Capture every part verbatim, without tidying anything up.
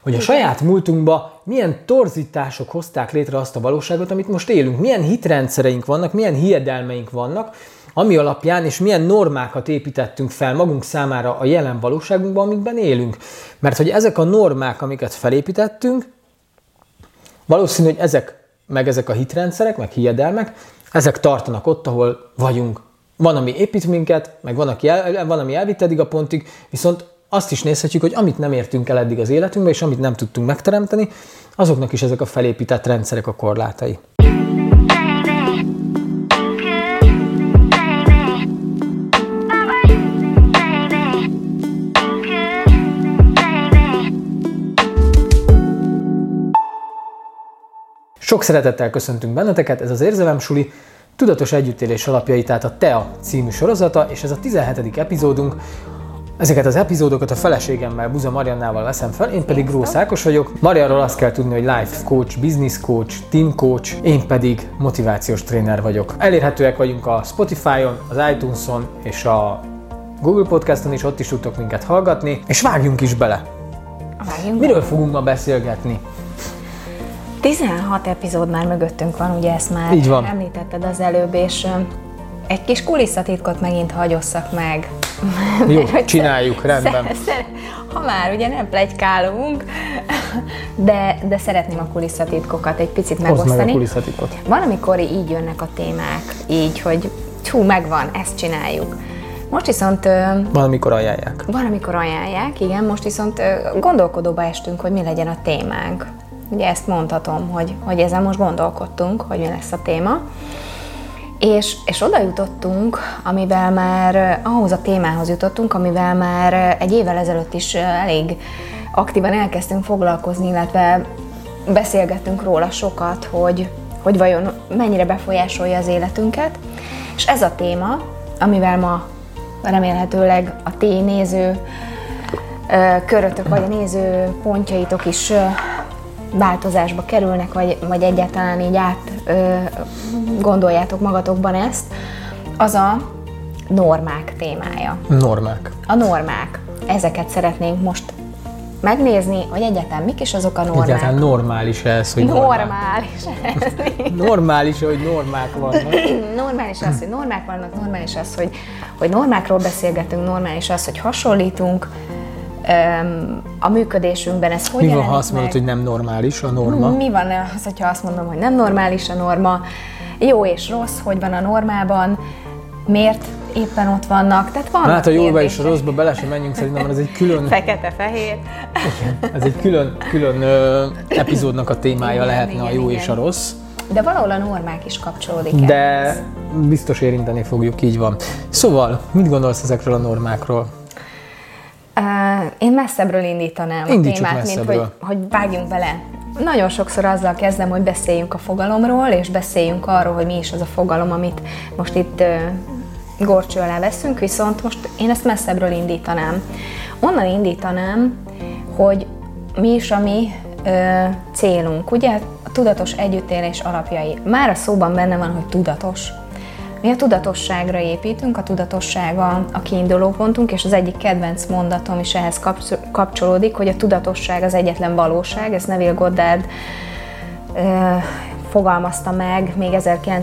hogy a saját múltunkba milyen torzítások hozták létre azt a valóságot, amit most élünk, milyen hitrendszereink vannak, milyen hiedelmeink vannak, ami alapján és milyen normákat építettünk fel magunk számára a jelen valóságunkban, amikben élünk. Mert hogy ezek a normák, amiket felépítettünk, valószínű, hogy ezek, meg ezek a hitrendszerek, meg hiedelmek, ezek tartanak ott, ahol vagyunk. Van, ami épít minket, meg van, aki el, van, ami elvitt eddig a pontig, viszont azt is nézhetjük, hogy amit nem értünk el eddig az életünkben, és amit nem tudtunk megteremteni, azoknak is ezek a felépített rendszerek a korlátai. Sok szeretettel köszöntünk benneteket, ez az Érzelemsuli, tudatos együttélés alapjai, tehát a TEA című sorozata, és ez a tizenhetedik epizódunk. Ezeket az epizódokat a feleségemmel, Buza Mariannával veszem fel, én pedig Grósz Ákos vagyok. Marianról azt kell tudni, hogy life coach, business coach, team coach, én pedig motivációs tréner vagyok. Elérhetőek vagyunk a Spotify-on, az iTunes-on és a Google Podcaston is, ott is tudtok minket hallgatni, és vágjunk is bele. Vágjunk Miről bele. fogunk ma beszélgetni? tizenhat epizód már mögöttünk van, ugye ezt már Így van. említetted az előbb, és egy kis kulisszatitkot megint hagyosszak meg. Jó, csináljuk, rendben. Ha már ugye nem pletykálunk, de, de szeretném a kulisszatitkokat egy picit megosztani. Hozd meg a kulisszatitkot. Van, amikor így jönnek a témák, így, hogy hú, megvan, ezt csináljuk. Most viszont... Van, amikor ajánlják. Van, amikor ajánlják, igen, most viszont gondolkodóba estünk, hogy mi legyen a témánk. Ugye ezt mondhatom, hogy, hogy ezen most gondolkodtunk, hogy mi lesz a téma. És, és oda jutottunk, amivel már, ahhoz a témához jutottunk, amivel már egy évvel ezelőtt is elég aktívan elkezdtünk foglalkozni, illetve beszélgettünk róla sokat, hogy, hogy vajon mennyire befolyásolja az életünket. És ez a téma, amivel ma remélhetőleg a ti néző körötök, vagy a néző pontjaitok is változásba kerülnek, vagy, vagy egyáltalán így át ö, gondoljátok magatokban ezt, az a normák témája. Normák. A normák. Ezeket szeretnénk most megnézni, hogy egyáltalán mik is azok a normák. Egyáltalán normális ez, hogy normák. Normális ez. Normális, hogy normák vannak. Normális az, hogy normák vannak, normális az, hogy, hogy normákról beszélgetünk, normális az, hogy hasonlítunk, a működésünkben ez hogy Mi van, jelenik ha azt mondod, meg? hogy nem normális a norma? Mi van az, hogyha azt mondom, hogy nem normális a norma? Jó és rossz, hogy van a normában? Miért éppen ott vannak? Tehát vannak Hát a jóba és a kérdések. rosszba bele sem menjünk, szerintem ez egy külön... Fekete-fehér. Igen, ez egy külön, külön ö, epizódnak a témája Igen, lehetne igen, a jó igen. és a rossz. De valahol a normák is kapcsolódik De ehhez. biztos érinteni fogjuk, így van. Szóval, mit gondolsz ezekről a normákról? Uh, én messzebbről indítanám Indítsuk a témát, messzebbről. mint hogy, hogy vágjunk bele. Nagyon sokszor azzal kezdem, hogy beszéljünk a fogalomról, és beszéljünk arról, hogy mi is az a fogalom, amit most itt uh, górcső alá veszünk, viszont most én ezt messzebbről indítanám. Onnan indítanám, hogy mi is a mi uh, célunk. Ugye a tudatos együttélés alapjai. Már a szóban benne van, hogy tudatos. Mi a tudatosságra építünk, a tudatosság a, a kiinduló pontunk, és az egyik kedvenc mondatom is ehhez kapcsolódik, hogy a tudatosság az egyetlen valóság, ezt Neville Goddard ö, fogalmazta meg még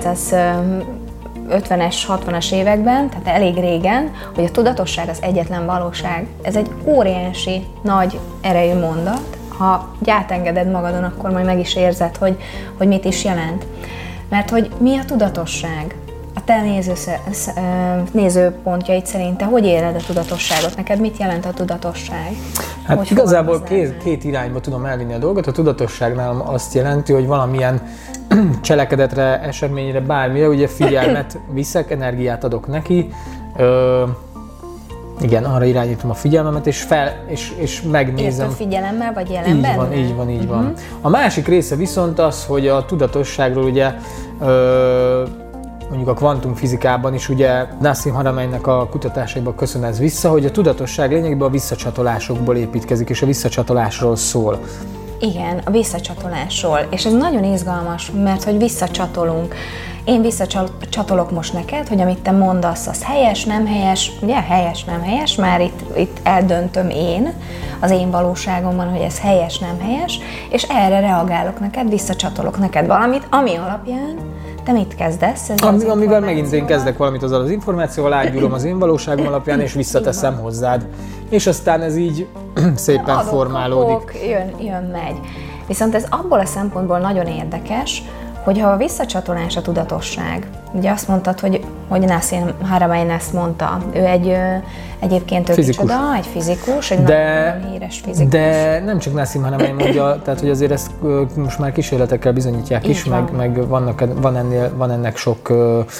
ezerkilencszázötvenes, hatvanas években, tehát elég régen, hogy a tudatosság az egyetlen valóság. Ez egy óriási, nagy erejű mondat. Ha átengeded magadon, akkor majd meg is érzed, hogy, hogy mit is jelent. Mert hogy mi a tudatosság? A te néző, nézőpontjaid szerint te hogy éled a tudatosságot? Neked mit jelent a tudatosság? Hát hogy igazából két, két irányba tudom elvinni a dolgot. A tudatosság nálam azt jelenti, hogy valamilyen cselekedetre, eseményre, bármire, ugye figyelmet viszek, energiát adok neki, Ö, igen, arra irányítom a figyelmemet, és, fel, és, és megnézem. Értő figyelemmel, vagy jelenben? Így van, így van, így van. Uh-huh. A másik része viszont az, hogy a tudatosságról ugye ö, mondjuk a kvantumfizikában is ugye Nassim Harameinnek a kutatásaiban köszön ez vissza, hogy a tudatosság lényegében a visszacsatolásokból építkezik, és a visszacsatolásról szól. Igen, a visszacsatolásról. És ez nagyon izgalmas, mert hogy visszacsatolunk. Én visszacsatolok most neked, hogy amit te mondasz, az helyes, nem helyes, ugye helyes, nem helyes, már itt, itt eldöntöm én az én valóságomban, hogy ez helyes, nem helyes, és erre reagálok neked, visszacsatolok neked valamit, ami alapján te mit kezdesz? Ami, amivel megint én kezdek valamit azzal az információval, átgyúrom az én valóságom alapján, és visszateszem hozzád. És aztán ez így szépen adok, formálódik. Kapok, jön, jön, megy. Viszont ez abból a szempontból nagyon érdekes, hogyha a visszacsatolás a tudatosság. Ugye azt mondtad, hogy, hogy Nassim Haramein ezt mondta. Ő egy, egyébként ő fizikus. Kicsoda, egy fizikus, egy de, nagyon híres fizikus. De nem csak Nassim Haramein mondja, tehát hogy azért ezt most már kísérletekkel bizonyítják Így is, van. meg, meg vannak, van, ennél, van ennek sok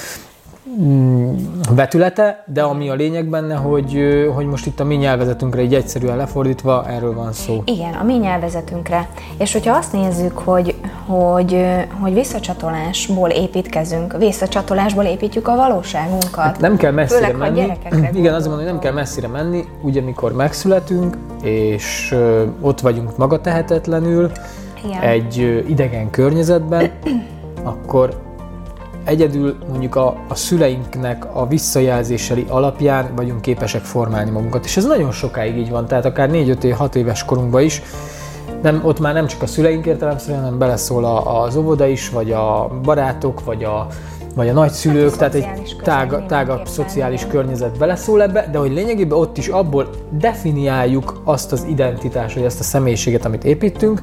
vetülete, de ami a lényeg benne, hogy, hogy most itt a mi nyelvezetünkre így egyszerűen lefordítva, erről van szó. Igen, a mi nyelvezetünkre. És hogyha azt nézzük, hogy, hogy, hogy visszacsatolásból építkezünk, visszacsatolásból építjük a valóságunkat. Hát nem kell messzire főleg, menni. Igen, azért mondom, hogy nem kell messzire menni, ugye amikor megszületünk, és ö, ott vagyunk magatehetetlenül, igen. egy ö, idegen környezetben, akkor egyedül mondjuk a, a szüleinknek a visszajelzései alapján vagyunk képesek formálni magunkat. És ez nagyon sokáig így van, tehát akár négy-öt-hat éves korunkban is, nem, ott már nem csak a szüleink értelemszerűen, hanem beleszól a, az óvoda is, vagy a barátok, vagy a, vagy a nagyszülők, hát tehát egy tág, tágabb szociális környezet beleszól ebbe, de hogy lényegében ott is abból definiáljuk azt az identitást, vagy azt a személyiséget, amit építünk,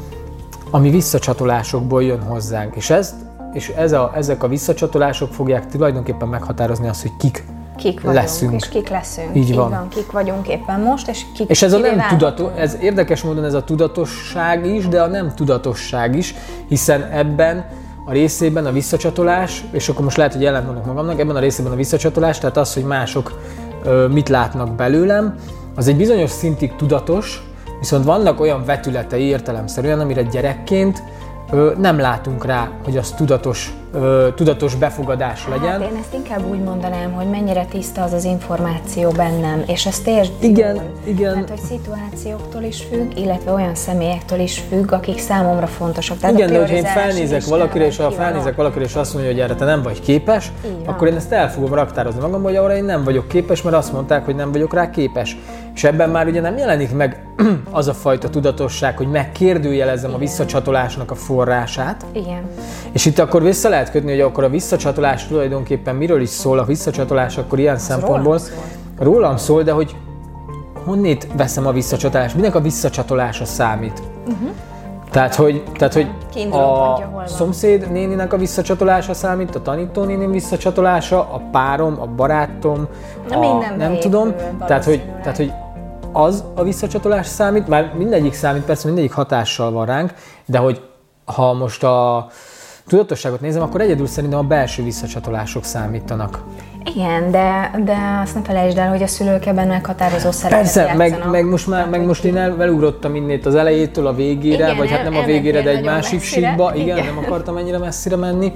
ami visszacsatolásokból jön hozzánk. És ezt És ez a, ezek a visszacsatolások fogják tulajdonképpen meghatározni azt, hogy kik, kik vagyunk, leszünk. És kik leszünk. Így van. Így van. Kik vagyunk éppen most, és kik És ez a nem tudatos, ez érdekes módon ez a tudatosság is, de a nem tudatosság is, hiszen ebben a részében a visszacsatolás, és akkor most lehet, hogy ellentmondok magamnak, ebben a részében a visszacsatolás, tehát az, hogy mások ö, mit látnak belőlem, az egy bizonyos szintig tudatos, viszont vannak olyan vetületei értelemszerűen, amire gyerekként Ö, nem látunk rá, hogy az tudatos, ö, tudatos befogadás legyen. Hát én ezt inkább úgy mondanám, hogy mennyire tiszta az az információ bennem, és ezt értsd. Igen, igen. Mert hogy szituációktól is függ, illetve olyan személyektől is függ, akik számomra fontosak. Tehát igen, de hogyha én felnézek valakire, és ha felnézek valakire, és azt mondja, hogy erre te nem vagy képes, akkor én ezt el fogom raktározni magamban, hogy arra én nem vagyok képes, mert azt mondták, hogy nem vagyok rá képes. És ebben már ugye nem jelenik meg az a fajta tudatosság, hogy megkérdőjelezem igen. a visszacsatolásnak a forrását. Igen. És itt akkor vissza lehet kötni, hogy akkor a visszacsatolás tulajdonképpen miről is szól a visszacsatolás, akkor ilyen az szempontból. Rólam szól. rólam szól, de hogy honnét veszem a visszacsatolást, minek a visszacsatolása számít. Uh-huh. Tehát, hogy, tehát, hogy a szomszéd néninek a visszacsatolása számít, a tanítónénim visszacsatolása, a párom, a barátom, a, nem tudom. Tehát hogy, tehát, hogy az a visszacsatolás számít, már mindegyik számít, persze mindegyik hatással van ránk, de hogy ha most a tudatosságot nézem, akkor egyedül szerintem a belső visszacsatolások számítanak. Igen, de, de azt ne felejtsd el, hogy a szülők ebben meghatározó szerepet Persze, játszanak. meg, meg most már, meg most én el, elugrottam innét az elejétől a végére, igen, vagy hát nem a végére, de egy másik síkba. Igen, igen, nem akartam ennyire messzire menni.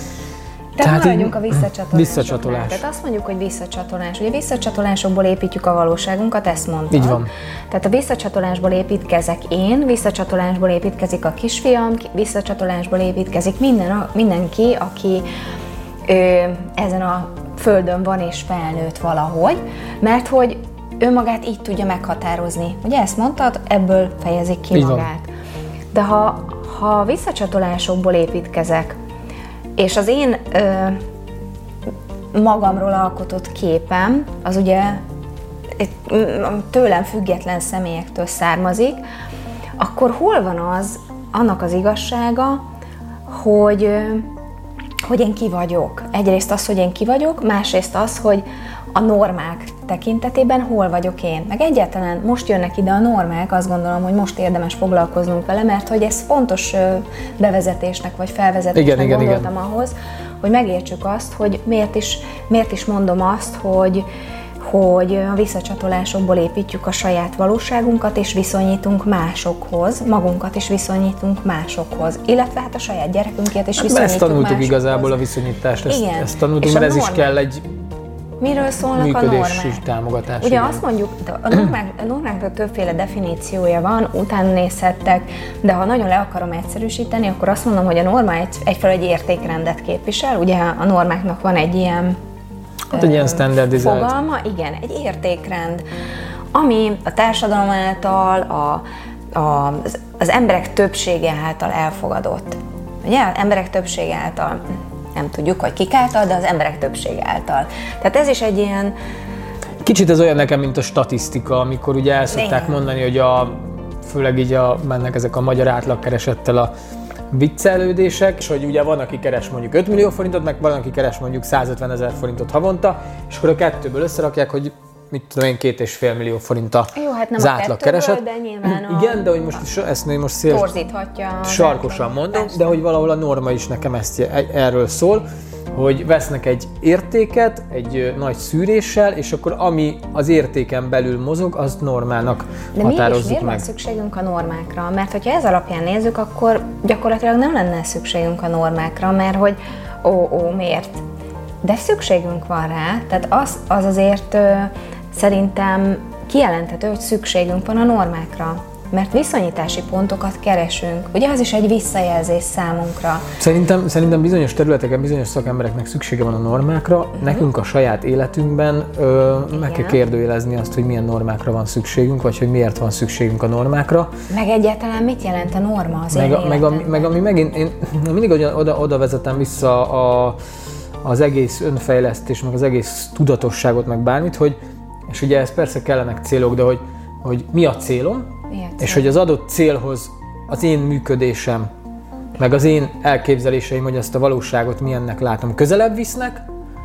Tehát maradjunk a visszacsatolásoknál. Visszacsatolás. Tehát azt mondjuk, hogy visszacsatolás. Ugye visszacsatolásokból építjük a valóságunkat, ezt mondtad. Így van. Tehát a visszacsatolásból építkezek én, visszacsatolásból építkezik a kisfiam, visszacsatolásból építkezik minden, mindenki, aki ö, ezen a földön van és felnőtt valahogy, mert hogy önmagát így tudja meghatározni. Ugye ezt mondtad, ebből fejezik ki így magát. Van. De ha, ha visszacsatolásokból építkezek, és az én ö, magamról alkotott képem, az ugye tőlem független személyektől származik, akkor hol van az, annak az igazsága, hogy, ö, hogy én ki vagyok? Egyrészt az, hogy én ki vagyok, másrészt az, hogy a normák tekintetében hol vagyok én. Meg egyáltalán most jönnek ide a normák, azt gondolom, hogy most érdemes foglalkoznunk vele, mert hogy ez fontos bevezetésnek vagy felvezetésnek igen, igen, gondoltam igen. ahhoz, hogy megértsük azt, hogy miért is, miért is mondom azt, hogy, hogy a visszacsatolásokból építjük a saját valóságunkat, és viszonyítunk másokhoz, magunkat is viszonyítunk másokhoz, illetve hát a saját gyerekünket is viszonyítunk ezt tanultuk másokhoz. Igazából a viszonyítást, ezt, igen. ezt tanultuk, mert ez is kell egy miről szólnak a normák? Támogatás. Ugye igen. azt mondjuk, a, normák, a normáknak többféle definíciója van, utána nézhettek, de ha nagyon le akarom egyszerűsíteni, akkor azt mondom, hogy a norma egy, egyfelől egy értékrendet képvisel. Ugye a normáknak van egy ilyen, hát egy ilyen standardizált fogalma, igen, egy értékrend, ami a társadalom által, a, a, az, az emberek többsége által elfogadott. Ugye? Az emberek többsége által, nem tudjuk, hogy kik által, de az emberek többsége által. Tehát ez is egy ilyen... Kicsit ez olyan nekem, mint a statisztika, amikor ugye el szokták Igen. mondani, hogy a, főleg így a, mennek ezek a magyar átlagkeresettel a viccelődések, és hogy ugye van, aki keres mondjuk öt millió forintot, meg van, aki keres mondjuk százötven ezer forintot havonta, és akkor a kettőből összerakják, hogy mit tudom én, két és fél millió forint a Jó, hát nem az a átlagkereset. kettőből, de nyilván a... Igen, de hogy most ezt most szél... torzíthatja. sarkosan mondom, de hogy valahol a norma is nekem ezt erről szól, hogy vesznek egy értéket, egy nagy szűréssel, és akkor ami az értéken belül mozog, azt normának de határozzuk mégis miért meg. van szükségünk a normákra? Mert hogyha ez alapján nézzük, akkor gyakorlatilag nem lenne szükségünk a normákra, mert hogy ó, ó, miért? De szükségünk van rá, tehát az, az azért ö, szerintem kijelenthető, hogy szükségünk van a normákra. Mert viszonyítási pontokat keresünk. Ugye az is egy visszajelzés számunkra. Szerintem, szerintem bizonyos területeken, bizonyos szakembereknek szüksége van a normákra. Uh-huh. Nekünk a saját életünkben ö, meg kell kérdőjelezni azt, hogy milyen normákra van szükségünk, vagy hogy miért van szükségünk a normákra. Meg egyáltalán mit jelent a norma az meg, én a, meg, ami, meg ami megint, én mindig oda, oda vezetem vissza a, az egész önfejlesztés, meg az egész tudatosságot, meg bármit, hogy, és ugye ez persze kellenek célok, de hogy, hogy mi a célom, Miért és hogy az adott célhoz az én működésem, meg az én elképzeléseim, hogy ezt a valóságot milyennek látom, közelebb visznek,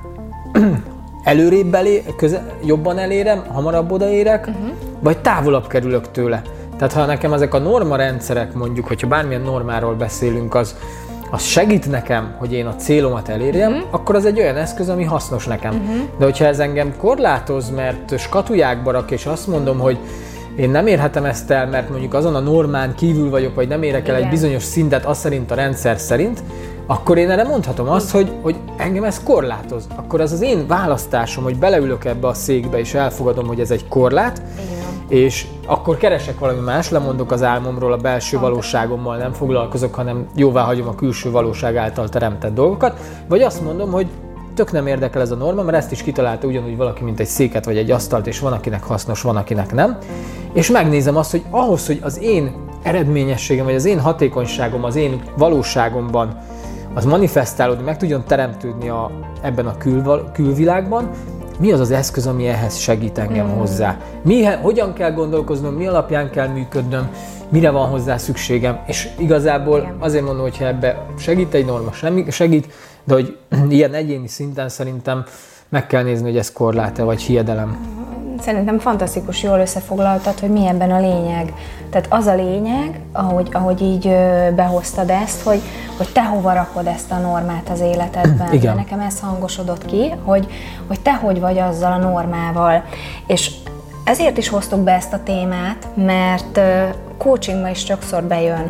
előrébb elé, köze, jobban elérem, hamarabb odaérek, uh-huh. vagy távolabb kerülök tőle. Tehát ha nekem ezek a normarendszerek, mondjuk, hogyha bármilyen normáról beszélünk, az, az segít nekem, hogy én a célomat elérjem, uh-huh. akkor az egy olyan eszköz, ami hasznos nekem. Uh-huh. De hogyha ez engem korlátoz, mert skatujákba rak, és azt mondom, hogy én nem érhetem ezt el, mert mondjuk azon a normán kívül vagyok, vagy nem érek el egy bizonyos szintet, az szerint a rendszer szerint, akkor én erre mondhatom azt, hogy, hogy engem ez korlátoz. Akkor az az én választásom, hogy beleülök ebbe a székbe, és elfogadom, hogy ez egy korlát, igen. és akkor keresek valami más, lemondok az álmomról, a belső valóságommal nem foglalkozok, hanem jóvá hagyom a külső valóság által teremtett dolgokat, vagy azt mondom, hogy tök nem érdekel ez a norma, mert ezt is kitalálta ugyanúgy valaki, mint egy széket vagy egy asztalt, és van, akinek hasznos, van, akinek nem. És megnézem azt, hogy ahhoz, hogy az én eredményességem, vagy az én hatékonyságom, az én valóságomban az manifestálódni, meg tudjon teremtődni a, ebben a kül, külvilágban, mi az az eszköz, ami ehhez segít engem mm. hozzá. Mi, hogyan kell gondolkoznom, mi alapján kell működnöm, mire van hozzá szükségem. És igazából igen. azért mondom, hogy ha ebbe segít egy norma, segít, de hogy ilyen egyéni szinten szerintem meg kell nézni, hogy ez korlát-e, vagy hiedelem. Szerintem fantasztikus, jól összefoglaltad, hogy mi ebben a lényeg. Tehát az a lényeg, ahogy, ahogy így behoztad ezt, hogy, hogy te hova rakod ezt a normát az életedben. Igen. De nekem ez hangosodott ki, hogy, hogy te hogy vagy azzal a normával. És ezért is hoztuk be ezt a témát, mert coachingban is sokszor bejön,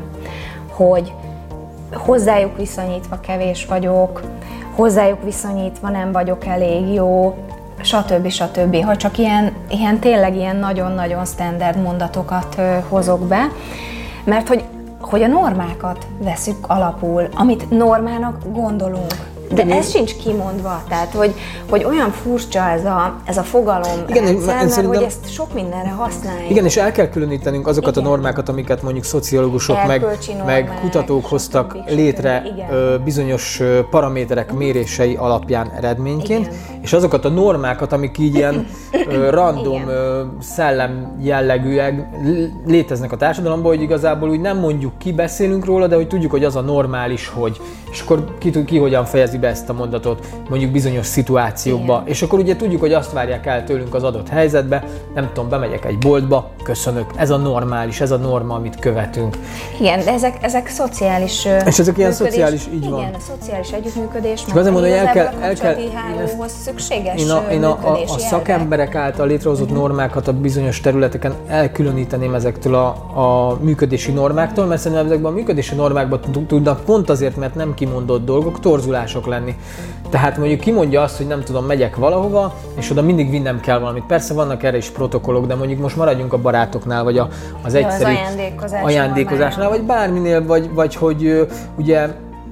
hogy hozzájuk viszonyítva kevés vagyok, hozzájuk viszonyítva nem vagyok elég jó, stb. stb. Ha csak ilyen, ilyen tényleg ilyen nagyon-nagyon standard mondatokat ö, hozok be, mert hogy, hogy a normákat veszük alapul, amit normának gondolunk. De ez sincs kimondva, tehát hogy, hogy olyan furcsa ez a, ez a fogalom, igen, rendszer, mert szerintem, hogy ezt sok mindenre használjuk. Igen, és el kell különítenünk azokat igen. a normákat, amiket mondjuk szociológusok, meg, normák, meg kutatók hoztak stb. létre ö, bizonyos ö, paraméterek mérései alapján eredményként, igen. és azokat a normákat, amik így ilyen ö, random ö, szellem jellegűek léteznek a társadalomban, hogy igazából úgy nem mondjuk ki, beszélünk róla, de hogy tudjuk, hogy az a normális, hogy. És akkor ki, ki hogyan fejezi be ezt a mondatot mondjuk bizonyos szituációkba. Igen. És akkor ugye tudjuk, hogy azt várják el tőlünk az adott helyzetbe, nem tudom, bemegyek egy boltba, köszönök, ez a normális, ez a norma, amit követünk. Igen, de ezek, ezek szociális és ezek ilyen szociális, így igen, van. Igen, a szociális együttműködés, meg mondom, hogy el kell, el kell, hálóhoz szükséges én a, én a, a, a szakemberek által létrehozott uh-huh. normákat a bizonyos területeken elkülöníteném ezektől a, a működési normáktól, mert szerintem ezekben a működési normákban tudnak pont azért, mert nem kimondott dolgok, torzulások lenni. Tehát mondjuk kimondja azt, hogy nem tudom, megyek valahova, és oda mindig vinnem kell valamit. Persze vannak erre is protokollok, de mondjuk most maradjunk a barátoknál, vagy a, az egyszerű ja, az ajándékozás ajándékozásnál, vagy bárminél, vagy, vagy hogy ugye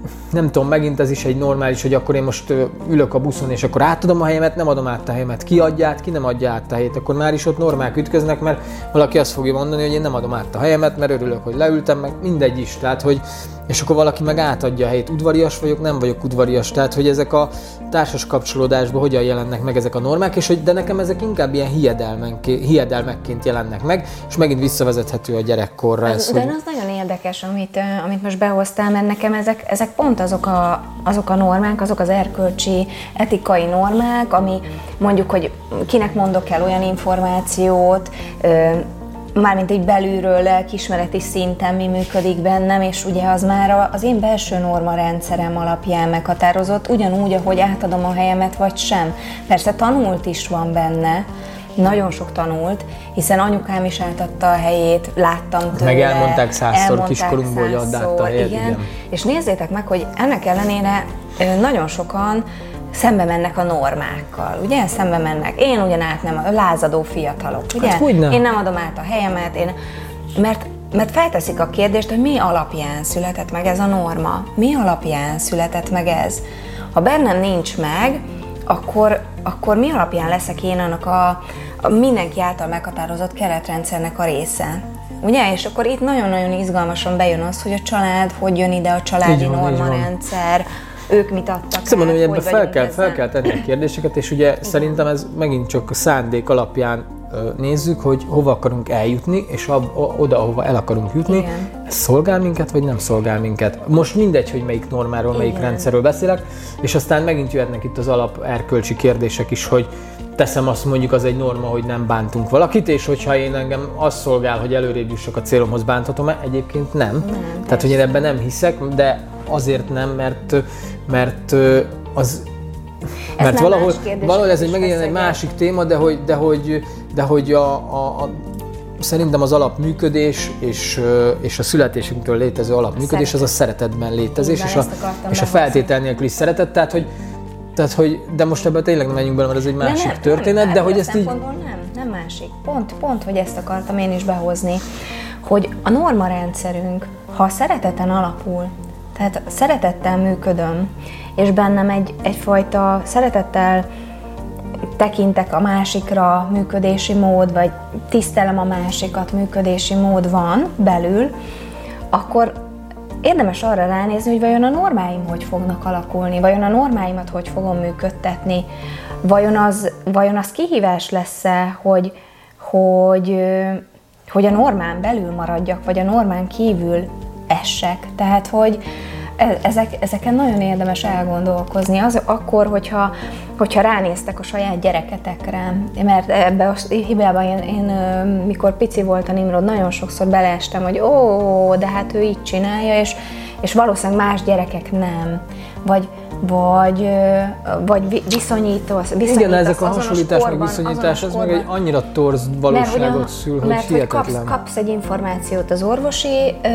nem tudom, megint ez is egy normális, hogy akkor én most ülök a buszon, és akkor átadom a helyemet, nem adom át a helyemet. Ki adja át, ki nem adja át a helyét. Akkor már is ott normák ütköznek, mert valaki azt fogja mondani, hogy én nem adom át a helyemet, mert örülök, hogy leültem, meg mindegy is. Tehát, hogy, és akkor valaki meg átadja a helyét. Udvarias vagyok, nem vagyok udvarias. Tehát, hogy ezek a társas kapcsolódásban hogyan jelennek meg ezek a normák, és hogy de nekem ezek inkább ilyen hiedelmekként jelennek meg, és megint visszavezethető a gyerekkorra. Az, ez, de hogy... az nagyon érdekes, amit, amit most behoztál, mert nekem ezek, ezek pont azok a, azok a normák, azok az erkölcsi, etikai normák, ami mondjuk, hogy kinek mondok el olyan információt, mármint egy belülről, lelkiismereti szinten mi működik bennem, és ugye az már az én belső normarendszerem alapján meghatározott, ugyanúgy, ahogy átadom a helyemet, vagy sem. Persze tanult is van benne, nagyon sok tanult, hiszen anyukám is átadta a helyét, láttam tőle. Meg elmondták százszor kiskorunkból, hogy add át a helyet, igen. igen. És nézzétek meg, hogy ennek ellenére nagyon sokan szembe mennek a normákkal, ugye? Szembe mennek. Én ugyanát nem, a lázadó fiatalok, ugye? Hát hogyne? Én nem adom át a helyemet, én, mert, mert felteszik a kérdést, hogy mi alapján született meg ez a norma? Mi alapján született meg ez? Ha bennem nincs meg, akkor, akkor mi alapján leszek én annak a, a mindenki által meghatározott keretrendszernek a része? Ugye? És akkor itt nagyon-nagyon izgalmasan bejön az, hogy a család, hogy jön ide a családi normarendszer, ők mit adtak Szóval mondom, át, hogy ebben fel kell, fel kell tenni a kérdéseket, és ugye igen. Szerintem ez megint csak a szándék alapján nézzük, hogy hova akarunk eljutni, és ab, oda, ahova el akarunk jutni. Igen. Ez szolgál minket, vagy nem szolgál minket? Most mindegy, hogy melyik normáról, melyik igen. rendszerről beszélek, és aztán megint jöhetnek itt az alap erkölcsi kérdések is, hogy teszem azt, mondjuk az egy norma, hogy nem bántunk valakit, és hogyha én engem az szolgál, hogy előrébb jussak a célomhoz, bánthatom-e? Egyébként nem. nem Tehát, hogy én ebben nem hiszek, de azért nem, mert, mert az... Ez mert valahol, valahol ez egy megint egy másik téma, de hogy, de hogy, de hogy a, a, a, szerintem az alapműködés és, és a születésünktől létező alapműködés szeretet. Az a szeretetben létezés, igen, és a, és a feltétel nélküli szeretet, tehát hogy, tehát hogy, de most ebben tényleg nem menjünk bele, mert ez egy másik nem, történet, nem, de hogy ezt így... Nem, nem másik. Pont, pont, hogy ezt akartam én is behozni, hogy a normarendszerünk, ha a szereteten alapul, tehát szeretettel működöm, és bennem egy, egyfajta szeretettel tekintek a másikra működési mód, vagy tisztelem a másikat működési mód van belül, akkor érdemes arra ránézni, hogy vajon a normáim hogy fognak alakulni, vajon a normáimat hogy fogom működtetni, vajon az, vajon az kihívás lesz-e, hogy, hogy, hogy a normán belül maradjak, vagy a normán kívül essek. Tehát, hogy Ezek, ezeken nagyon érdemes elgondolkozni, az akkor, hogyha, hogyha ránéztek a saját gyereketekre, mert ebbe a hibában én, én mikor pici volt a Nimrod, nagyon sokszor beleestem, hogy ó, de hát ő így csinálja, és, és valószínűleg más gyerekek nem, vagy vagy, vagy viszonyítasz, viszonyítasz. Igen, ezek a hasonlítás, meg viszonyítás, ez meg egy annyira torz valóságot szül, hogy mert, hihetetlen. Mert kapsz, kapsz egy információt az orvosi ö,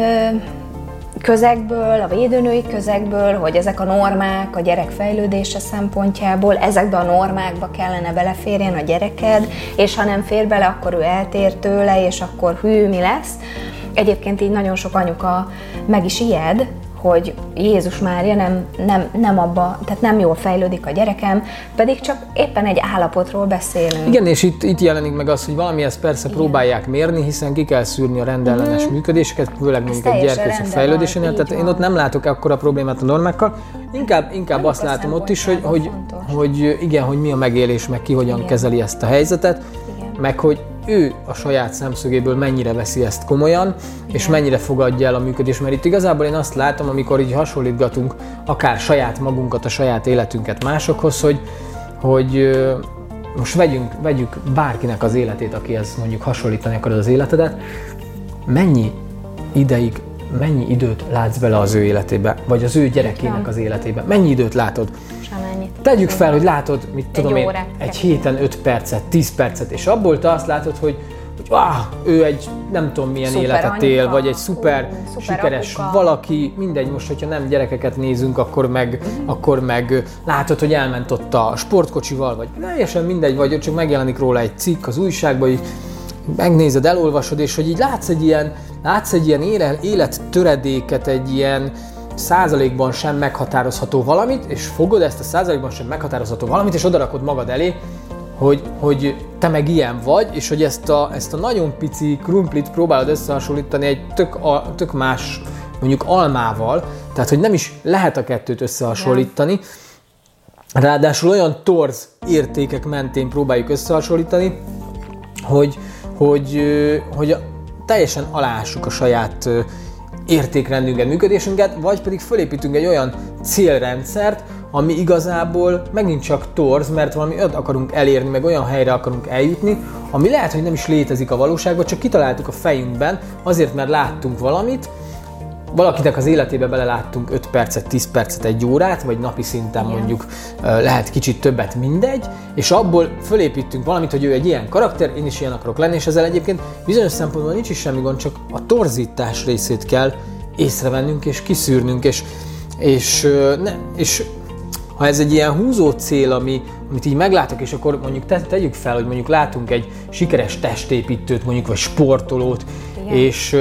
közegből, a védőnői közegből, hogy ezek a normák a gyerek fejlődése szempontjából, ezekbe a normákba kellene beleférjen a gyereked, és ha nem fér bele, akkor ő eltér tőle, és akkor hű, mi lesz. Egyébként így nagyon sok anyuka meg is ijed, hogy Jézus Mária nem, nem, nem abba, tehát nem jól fejlődik a gyerekem, pedig csak éppen egy állapotról beszélünk. Igen, és itt, itt jelenik meg az, hogy valami ezt persze igen. próbálják mérni, hiszen ki kell szűrni a rendellenes mm-hmm. működéseket, főleg mondjuk egy gyerkőcök fejlődésénél, tehát van. Én ott nem látok akkora problémát a normákkal, inkább, inkább azt látom ott is, hogy, hogy, hogy igen, hogy mi a megélés, meg ki hogyan igen. kezeli ezt a helyzetet, igen. meg hogy ő a saját szemszögéből mennyire veszi ezt komolyan, igen. és mennyire fogadja el a működést, mert itt igazából én azt látom, amikor így hasonlítgatunk akár saját magunkat, a saját életünket másokhoz, hogy, hogy most vegyünk, vegyük bárkinek az életét, akihez mondjuk hasonlítani akarod az életedet, mennyi ideig, mennyi időt látsz bele az ő életébe, vagy az ő gyerekének az életébe, mennyi időt látod? Tegyük fel, hogy látod, mit tudom én, egy héten öt percet, tíz percet, és abból te azt látod, hogy, hogy ah, ő egy nem tudom milyen szuper életet anyuka, él, vagy egy szuper, uh, szuper sikeres apuka. Valaki, mindegy, most, hogyha nem gyerekeket nézünk, akkor meg, uh-huh. akkor meg látod, hogy elment ott a sportkocsival, vagy teljesen mindegy, vagy csak megjelenik róla egy cikk az újságban, így megnézed, elolvasod, és hogy így látsz egy ilyen, látsz egy ilyen élettöredéket, egy ilyen, százalékban sem meghatározható valamit, és fogod ezt a százalékban sem meghatározható valamit, és odarakod magad elé, hogy, hogy te meg ilyen vagy, és hogy ezt a, ezt a nagyon pici krumplit próbálod összehasonlítani egy tök, a, tök más, mondjuk almával, tehát hogy nem is lehet a kettőt összehasonlítani, ráadásul olyan torz értékek mentén próbáljuk összehasonlítani, hogy, hogy, hogy teljesen aláássuk a saját értékrendünket, működésünket, vagy pedig fölépítünk egy olyan célrendszert, ami igazából megint csak torz, mert valami olyat akarunk elérni, meg olyan helyre akarunk eljutni, ami lehet, hogy nem is létezik a valóságban, csak kitaláltuk a fejünkben, azért, mert láttunk valamit, valakinek az életébe beleláttunk öt percet, tíz percet, egy órát, vagy napi szinten mondjuk lehet kicsit többet, mindegy, és abból fölépítünk valamit, hogy ő egy ilyen karakter, én is ilyen akarok lenni, és ezzel egyébként bizonyos szempontból nincs is semmi gond, csak a torzítás részét kell észrevennünk és kiszűrnünk, és, és, ne, és ha ez egy ilyen húzó cél, ami, amit így meglátok, és akkor mondjuk te, tegyük fel, hogy mondjuk látunk egy sikeres testépítőt, mondjuk, vagy sportolót, igen. és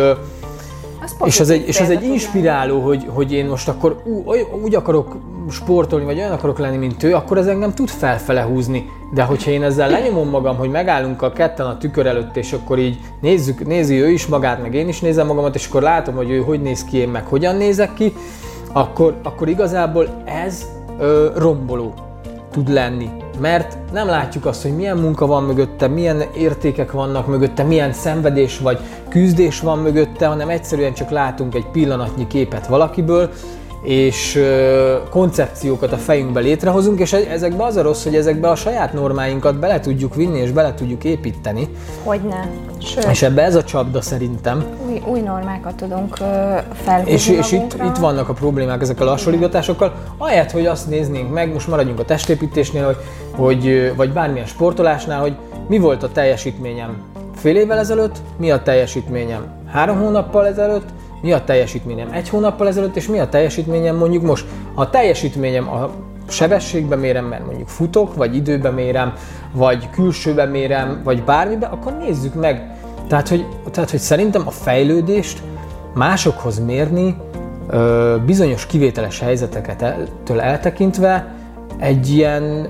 És az egy, és az egy inspiráló, hogy, hogy én most akkor ú, úgy akarok sportolni, vagy olyan akarok lenni, mint ő, akkor ez engem tud felfele húzni. De hogyha én ezzel lenyomom magam, hogy megállunk a ketten a tükör előtt, és akkor így nézzük, nézi ő is magát, meg én is nézem magamat, és akkor látom, hogy ő hogy néz ki, én meg hogyan nézek ki, akkor, akkor igazából ez ö, romboló tud lenni. Mert nem látjuk azt, hogy milyen munka van mögötte, milyen értékek vannak mögötte, milyen szenvedés vagy küzdés van mögötte, hanem egyszerűen csak látunk egy pillanatnyi képet valakiből, és ö, koncepciókat a fejünkbe létrehozunk, és ezekbe az a rossz, hogy ezekbe a saját normáinkat bele tudjuk vinni, és bele tudjuk építeni. Hogyne. Sőt. És ebbe ez a csapda szerintem. Új, új normákat tudunk felhúzni És, és itt, itt vannak a problémák ezekkel a hasonlításokkal. Ahelyett, hogy azt néznénk meg, most maradjunk a testépítésnél, hogy, hogy, vagy bármilyen sportolásnál, hogy mi volt a teljesítményem fél évvel ezelőtt, mi a teljesítményem három hónappal ezelőtt, mi a teljesítményem egy hónappal ezelőtt, és mi a teljesítményem mondjuk most. Ha a teljesítményem a sebességbe mérem, mert mondjuk futok, vagy időbe mérem, vagy külsőbe mérem, vagy bármibe, akkor nézzük meg. Tehát, hogy, tehát, hogy szerintem a fejlődést másokhoz mérni, ö, bizonyos kivételes helyzetektől eltekintve egy ilyen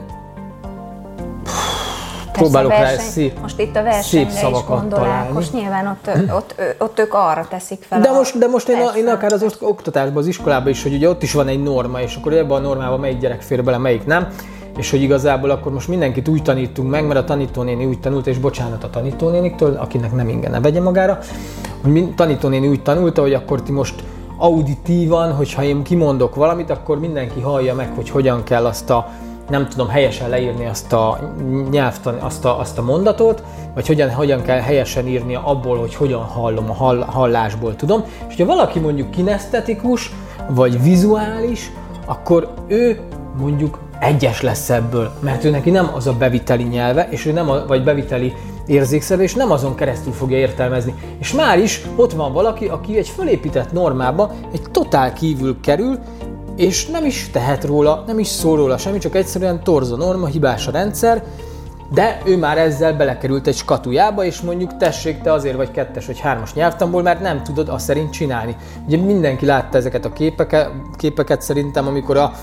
próbálok rá szép, most itt a versenyre is gondolják, most nyilván ott, ott, ott ők arra teszik fel. De most, de most én, a, én akár az oktatásban, az iskolában is, hogy ugye ott is van egy norma, és akkor ebben a normában melyik gyerek fér bele, melyik nem, és hogy igazából akkor most mindenkit úgy tanítunk meg, mert a tanítónéni úgy tanult, és bocsánat a tanítónéniktől, akinek nem inge, ne vegye magára, hogy tanítónéni úgy tanulta, hogy akkor ti most auditívan, hogyha én kimondok valamit, akkor mindenki hallja meg, hogy hogyan kell azt a nem tudom helyesen leírni azt a nyelvtan, azt a, azt a mondatot, vagy hogyan, hogyan kell helyesen írnia abból, hogy hogyan hallom, a hall, hallásból tudom. És ha valaki mondjuk kinesztetikus, vagy vizuális, akkor ő mondjuk egyes lesz ebből, mert ő neki nem az a beviteli nyelve, és ő nem a, vagy beviteli érzékszerve, és nem azon keresztül fogja értelmezni. És már is ott van valaki, aki egy fölépített normába egy totál kívül kerül, és nem is tehet róla, nem is szól róla semmi, csak egyszerűen torz a norma, hibás a rendszer, de ő már ezzel belekerült egy skatujába, és mondjuk tessék, te azért vagy kettes vagy hármas nyelvtanból, mert nem tudod azt szerint csinálni. Ugye mindenki látta ezeket a képeket, képeket szerintem, amikor a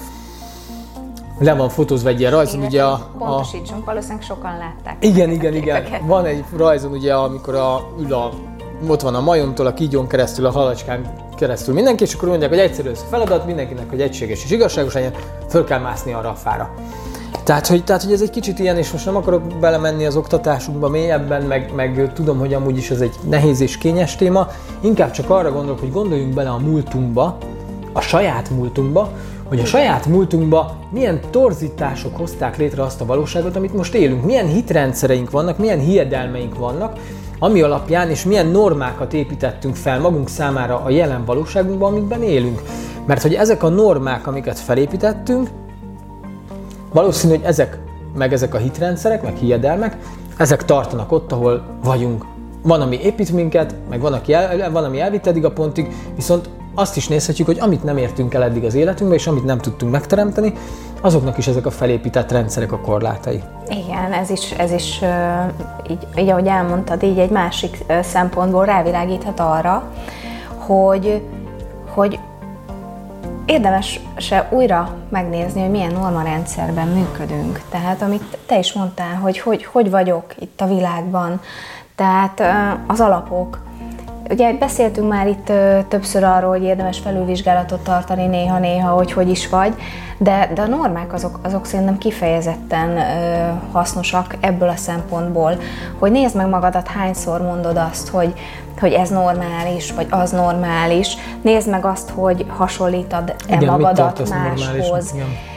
le van fotózva egy ilyen rajzon, ugye a... Pontosítsunk, valószínűleg sokan látták. Igen, igen, igen. Van egy rajzon, ugye, amikor a, ül a, ott van a majomtól, a kígyón keresztül, a halacskán keresztül mindenki, és akkor mondják, hogy egyszerű ez a feladat, mindenkinek, hogy egységes és igazságos legyen, föl kell mászni arra a fára. Tehát hogy, tehát, hogy ez egy kicsit ilyen, és most nem akarok belemenni az oktatásunkba mélyebben, meg, meg tudom, hogy amúgy is ez egy nehéz és kényes téma, inkább csak arra gondolok, hogy gondoljunk bele a múltunkba, a saját múltunkba, hogy a saját múltunkba milyen torzítások hozták létre azt a valóságot, amit most élünk, milyen hitrendszereink vannak, milyen hiedelmeink vannak, ami alapján és milyen normákat építettünk fel magunk számára a jelen valóságunkban, amikben élünk. Mert hogy ezek a normák, amiket felépítettünk, valószínű, hogy ezek, meg ezek a hitrendszerek, meg hiedelmek, ezek tartanak ott, ahol vagyunk. Van, ami épít minket, meg van, aki el, van, ami elvitt eddig a pontig, viszont azt is nézhetjük, hogy amit nem értünk el eddig az életünkben, és amit nem tudtunk megteremteni, azoknak is ezek a felépített rendszerek a korlátai. Igen, ez is, ez is így, így ahogy elmondtad, így egy másik szempontból rávilágíthat arra, hogy, hogy érdemes se újra megnézni, hogy milyen normarendszerben működünk. Tehát amit te is mondtál, hogy hogy, hogy vagyok itt a világban, tehát az alapok. Ugye beszéltünk már itt többször arról, hogy érdemes felülvizsgálatot tartani néha-néha, hogy hogy is vagy, de, de a normák azok, azok szerintem kifejezetten ö, hasznosak ebből a szempontból, hogy nézd meg magadat, hányszor mondod azt, hogy, hogy ez normális, vagy az normális, nézd meg azt, hogy hasonlítod-e igen, magadat máshoz,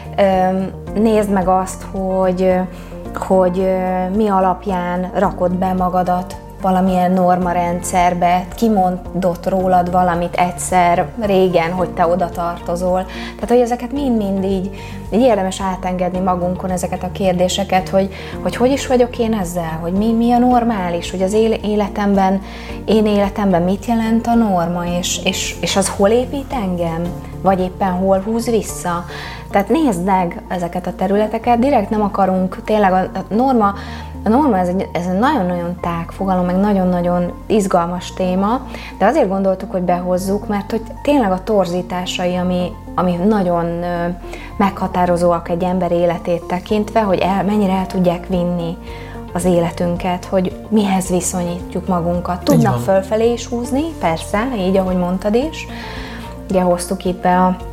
nézd meg azt, hogy, hogy mi alapján rakod be magadat valamilyen normarendszerbe, kimondott rólad valamit egyszer régen, hogy te oda tartozol. Tehát, hogy ezeket mind-mind így, így érdemes átengedni magunkon ezeket a kérdéseket, hogy hogy, hogy is vagyok én ezzel, hogy mi, mi a normális, hogy az életemben, én életemben mit jelent a norma, és, és, és az hol épít engem, vagy éppen hol húz vissza. Tehát nézd meg ezeket a területeket, direkt nem akarunk, tényleg a, a norma, A norma ez egy, ez egy nagyon-nagyon tág fogalom, meg nagyon-nagyon izgalmas téma, de azért gondoltuk, hogy behozzuk, mert hogy tényleg a torzításai, ami, ami nagyon ö, meghatározóak egy ember életét tekintve, hogy el, mennyire el tudják vinni az életünket, hogy mihez viszonyítjuk magunkat. Tudnak fölfelé is húzni, persze, így ahogy mondtad is. Ugye hoztuk itt be a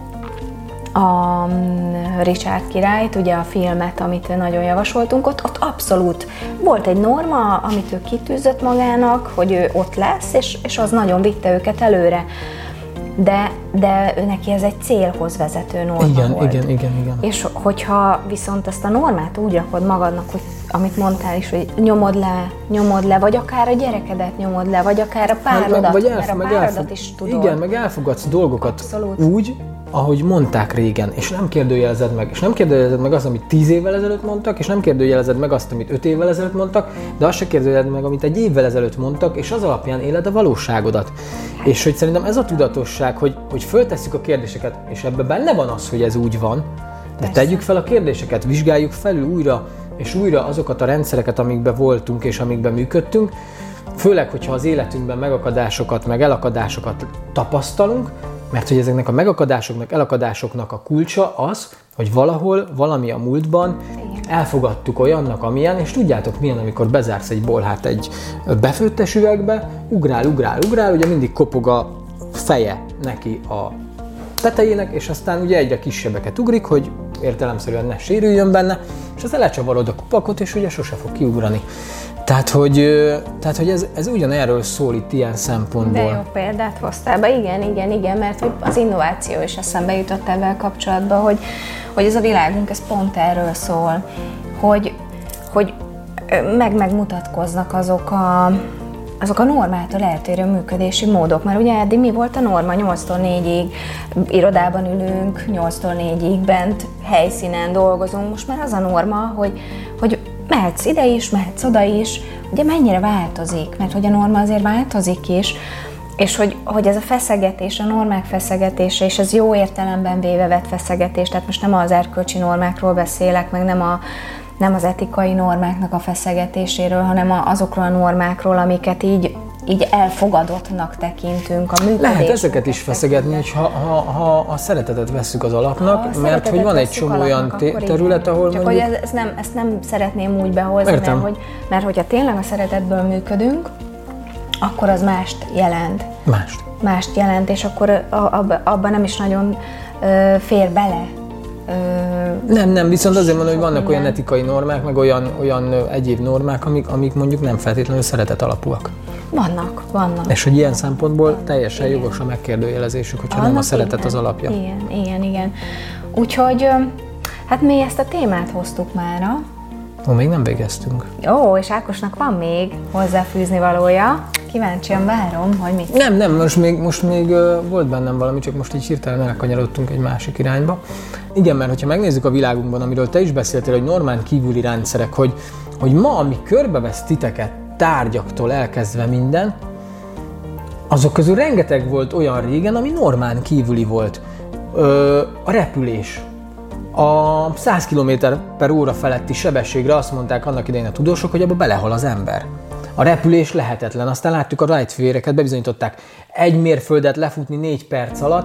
a Richard királyt, ugye a filmet, amit nagyon javasoltunk, ott, ott abszolút volt egy norma, amit ő kitűzött magának, hogy ő ott lesz, és, és az nagyon vitte őket előre. De, de ő neki ez egy célhoz vezető norma igen, volt. Igen, igen, igen. És hogyha viszont ezt a normát úgy rakod magadnak, hogy amit mondtál is, hogy nyomod le, nyomod le, vagy akár a gyerekedet nyomod le, vagy akár a párodat, vagy elf- mert a meg párodat elfog- is tudod. Igen, meg elfogadsz dolgokat abszolút. Úgy, ahogy mondták régen, és nem kérdőjelezed meg, és nem kérdőjelezed meg azt, amit tíz évvel ezelőtt mondtak, és nem kérdőjelezed meg azt, amit öt évvel ezelőtt mondtak, de azt se kérdőjelezed meg, amit egy évvel ezelőtt mondtak, és az alapján éled a valóságodat. És hogy szerintem ez a tudatosság, hogy, hogy föltesszük a kérdéseket, és ebben benne van az, hogy ez úgy van, de persze. Tegyük fel a kérdéseket, vizsgáljuk felül újra és újra azokat a rendszereket, amikben voltunk és amikben működtünk, főleg, hogyha az életünkben megakadásokat, meg elakadásokat tapasztalunk, mert hogy ezeknek a megakadásoknak, elakadásoknak a kulcsa az, hogy valahol, valami a múltban elfogadtuk olyannak, amilyen, és tudjátok milyen, amikor bezársz egy bolhát egy befőttes üvegbe, ugrál, ugrál, ugrál, ugye mindig kopog a feje neki a tetejének, és aztán ugye egyre kisebbeket ugrik, hogy értelemszerűen ne sérüljön benne, és aztán lecsavarod a kupakot, és ugye sose fog kiugrani. Tehát, hogy, tehát, hogy ez, ez ugyanerről szól itt ilyen szempontból. De jó példát hoztál be, igen, igen, igen, mert hogy az innováció is eszembe jutott ebben kapcsolatban, hogy, hogy ez a világunk, ez pont erről szól, hogy, hogy meg megmutatkoznak azok a, azok a normától eltérő működési módok, mert ugye eddig mi volt a norma? nyolctól négyig irodában ülünk, nyolctól négyig bent helyszínen dolgozunk, most már az a norma, hogy, hogy mehetsz ide is, mehetsz oda is, ugye mennyire változik, mert hogy a norma azért változik is, és hogy, hogy ez a feszegetés, a normák feszegetése, és ez jó értelemben véve vett feszegetés, tehát most nem az erkölcsi normákról beszélek, meg nem, a, nem az etikai normáknak a feszegetéséről, hanem azokról a normákról, amiket így, így elfogadottnak tekintünk a működésünket. Lehet ezeket is feszegetni, és ha, ha, ha a szeretetet vesszük az alapnak, mert hogy van egy csomó olyan terület, ahol Csak mondjuk... hogy ez, ez nem, ezt nem szeretném úgy behozni, mert, hogy, mert hogyha tényleg a szeretetből működünk, akkor az mást jelent. Mást. Mást jelent, és akkor abban nem is nagyon ö, fér bele. Ö, nem, nem, viszont azért mondom, hogy vannak minden. olyan etikai normák, meg olyan, olyan egyéb normák, amik, amik mondjuk nem feltétlenül szeretet alapúak. Vannak, vannak. És hogy ilyen szempontból teljesen igen. Jogos a megkérdőjelezésük, hogyha annak nem a szeretet igen, az alapja. Igen, igen, igen. Úgyhogy hát mi ezt a témát hoztuk mára. Ó, még nem végeztünk. Ó, és Ákosnak van még hozzáfűzni valója. Kíváncsian várom, hogy mit... Nem, nem, most még, most még uh, volt bennem valami, csak most így hirtelen elkanyarodtunk egy másik irányba. Igen, mert hogyha megnézzük a világunkban, amiről te is beszéltél, hogy normán kívüli rendszerek, hogy, hogy ma, ami körbevesz titeket tárgyaktól elkezdve minden, azok közül rengeteg volt olyan régen, ami normán kívüli volt. Ö, a repülés. A száz kilométer per óra feletti sebességre azt mondták annak idején a tudósok, hogy abba belehal az ember. A repülés lehetetlen. Aztán láttuk, a rajtfőéreket bebizonyították. Egy mérföldet lefutni négy perc alatt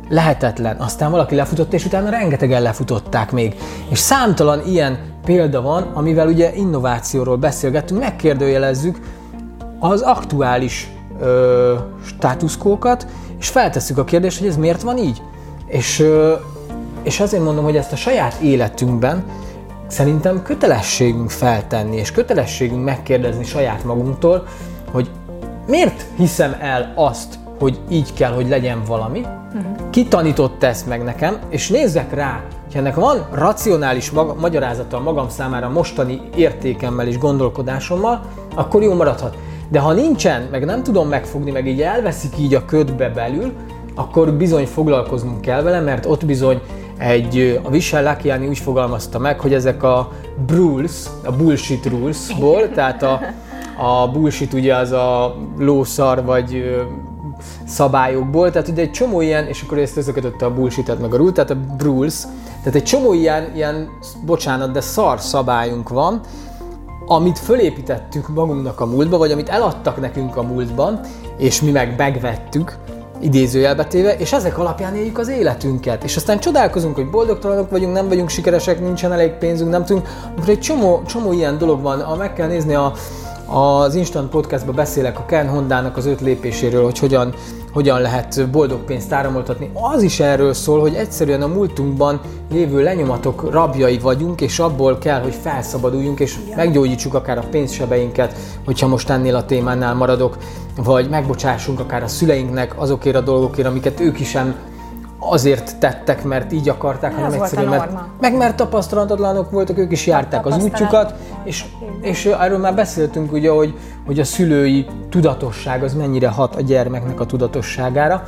lehetetlen. Aztán valaki lefutott, és utána rengetegen lefutották még. És számtalan ilyen példa van, amivel ugye innovációról beszélgettünk, megkérdőjelezzük az aktuális ö, státuszkókat, és feltesszük a kérdést, hogy ez miért van így. És, ö, és azért mondom, hogy ezt a saját életünkben szerintem kötelességünk feltenni, és kötelességünk megkérdezni saját magunktól, hogy miért hiszem el azt, hogy így kell, hogy legyen valami, uh-huh. Ki tanított ezt meg nekem, és nézzek rá, hogy ennek van racionális maga, magyarázata magam számára mostani értékemmel és gondolkodásommal, akkor jó maradhat. De ha nincsen, meg nem tudom megfogni, meg így elveszik így a ködbe belül, akkor bizony foglalkoznunk kell vele, mert ott bizony egy, a Vishen Lakhiani úgy fogalmazta meg, hogy ezek a rules, a bullshit rules-ból, tehát a, a bullshit ugye az a lószar vagy ö, szabályokból, tehát ugye egy csomó ilyen, és akkor ezt összekötötte a bullshit-et meg a rule, tehát a rules, tehát egy csomó ilyen, ilyen, bocsánat, de szar szabályunk van, amit fölépítettük magunknak a múltba, vagy amit eladtak nekünk a múltban, és mi meg megvettük, idézőjelbe téve, és ezek alapján éljük az életünket. És aztán csodálkozunk, hogy boldogtalanok vagyunk, nem vagyunk sikeresek, nincsen elég pénzünk, nem tudunk. Akkor egy csomó, csomó ilyen dolog van, ha meg kell nézni a, az Instant Podcastban beszélek a Ken Hondának az öt lépéséről, hogy hogyan, hogyan lehet boldog pénzt áramoltatni. Az is erről szól, hogy egyszerűen a múltunkban lévő lenyomatok rabjai vagyunk, és abból kell, hogy felszabaduljunk, és meggyógyítsuk akár a pénzsebeinket, hogyha most ennél a témánál maradok, vagy megbocsássunk akár a szüleinknek azokért a dolgokért, amiket ők is sem azért tettek, mert így akarták, hanem egyszerűen, mert, meg mert tapasztalatlanok voltak, ők is járták az útjukat, és, és erről már beszéltünk ugye, hogy, hogy a szülői tudatosság az mennyire hat a gyermeknek a tudatosságára,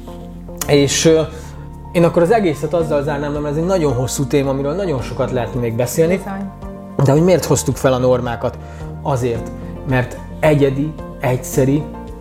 és én akkor az egészet azzal zárnám, mert ez egy nagyon hosszú téma, amiről nagyon sokat lehetne még beszélni, de hogy miért hoztuk fel a normákat? Azért, mert egyedi, egyszeri,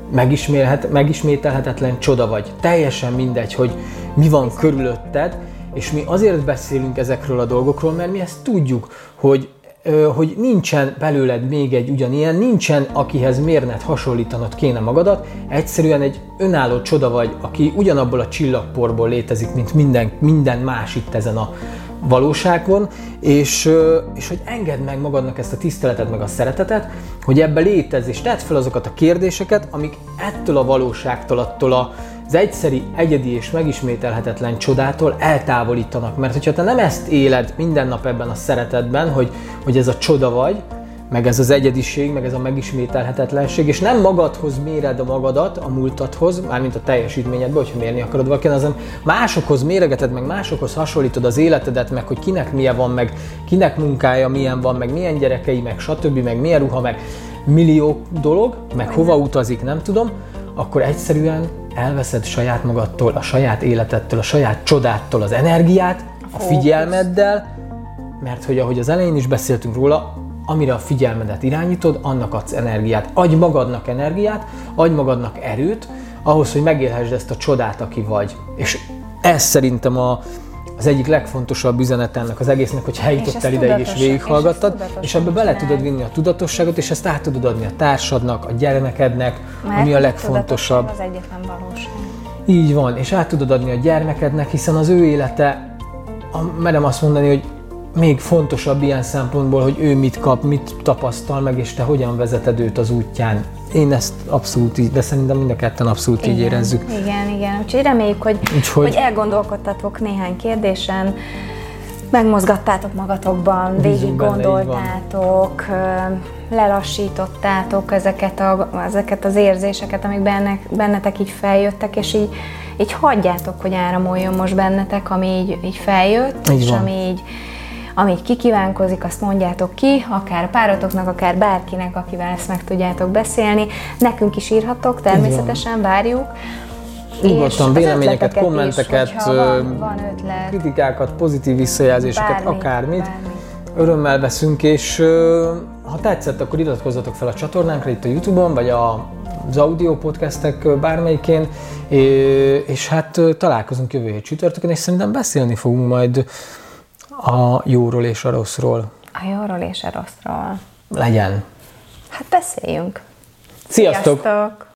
megismételhetetlen csoda vagy. Teljesen mindegy, hogy mi van körülötted, és mi azért beszélünk ezekről a dolgokról, mert mi ezt tudjuk, hogy, hogy nincsen belőled még egy ugyanilyen, nincsen, akihez mérned, hasonlítanod kéne magadat, egyszerűen egy önálló csoda vagy, aki ugyanabból a csillagporból létezik, mint minden, minden más itt ezen a valóságon, és, és hogy engedd meg magadnak ezt a tiszteletet, meg a szeretetet, hogy ebbe létezz, és tedd fel azokat a kérdéseket, amik ettől a valóságtól, attól az egyszeri, egyedi és megismételhetetlen csodától eltávolítanak. Mert hogyha te nem ezt éled minden nap ebben a szeretetben, hogy, hogy ez a csoda vagy, meg ez az egyediség, meg ez a megismételhetetlenség, és nem magadhoz méred a magadat, a múltadhoz, mármint a teljesítményedbe, hogyha mérni akarod valakin, azon másokhoz méregeted, meg másokhoz hasonlítod az életedet, meg hogy kinek milyen van, meg kinek munkája milyen van, meg milyen gyerekei, meg stb., meg milyen ruha, meg millió dolog, meg hova utazik, nem tudom, akkor egyszerűen elveszed saját magadtól, a saját életedtől, a saját csodától az energiát, a figyelmeddel, mert hogy ahogy az elején is beszéltünk róla, amire a figyelmedet irányítod, annak adsz energiát. Adj magadnak energiát, adj magadnak erőt, ahhoz, hogy megélhessd ezt a csodát, aki vagy. És ez szerintem a, az egyik legfontosabb üzenet ennek az egésznek, hogy eljutottál ideig és végighallgattad, és, és ebbe bele tudod vinni a tudatosságot, és ezt át tudod adni a társadnak, a gyermekednek, mert ami a legfontosabb. Az egyetlen valóság. Így van, és át tudod adni a gyermekednek, hiszen az ő élete, merem azt mondani, hogy még fontosabb ilyen szempontból, hogy ő mit kap, mit tapasztal meg, és te hogyan vezeted őt az útján. Én ezt abszolút így, de szerintem mind a ketten abszolút igen, így érezzük. Igen, igen. Úgyhogy reméljük, hogy, Úgyhogy... hogy elgondolkodtatok néhány kérdésen, megmozgattátok magatokban, végig gondoltátok, lelassítottátok ezeket, a, ezeket az érzéseket, amik benne, bennetek így feljöttek, és így, így hagyjátok, hogy áramoljon most bennetek, ami így, így feljött, így és van. ami így Ami így kikívánkozik, azt mondjátok ki, akár páratoknak, akár bárkinek, akivel ezt meg tudjátok beszélni. Nekünk is írhatok, természetesen várjuk. Nyugodtan véleményeket, kommenteket, is, van, van ötlet, kritikákat, pozitív visszajelzéseket, bármi, akármit. Bármi. Örömmel veszünk, és ha tetszett, akkor iratkozzatok fel a csatornánkra itt a YouTube-on, vagy az audio podcastek bármelyikén, és hát találkozunk jövő hét csütörtökön, és szerintem beszélni fogunk majd a jóról és a rosszról. A jóról és a rosszról. Legyen. Hát beszéljünk. Sziasztok! Sziasztok!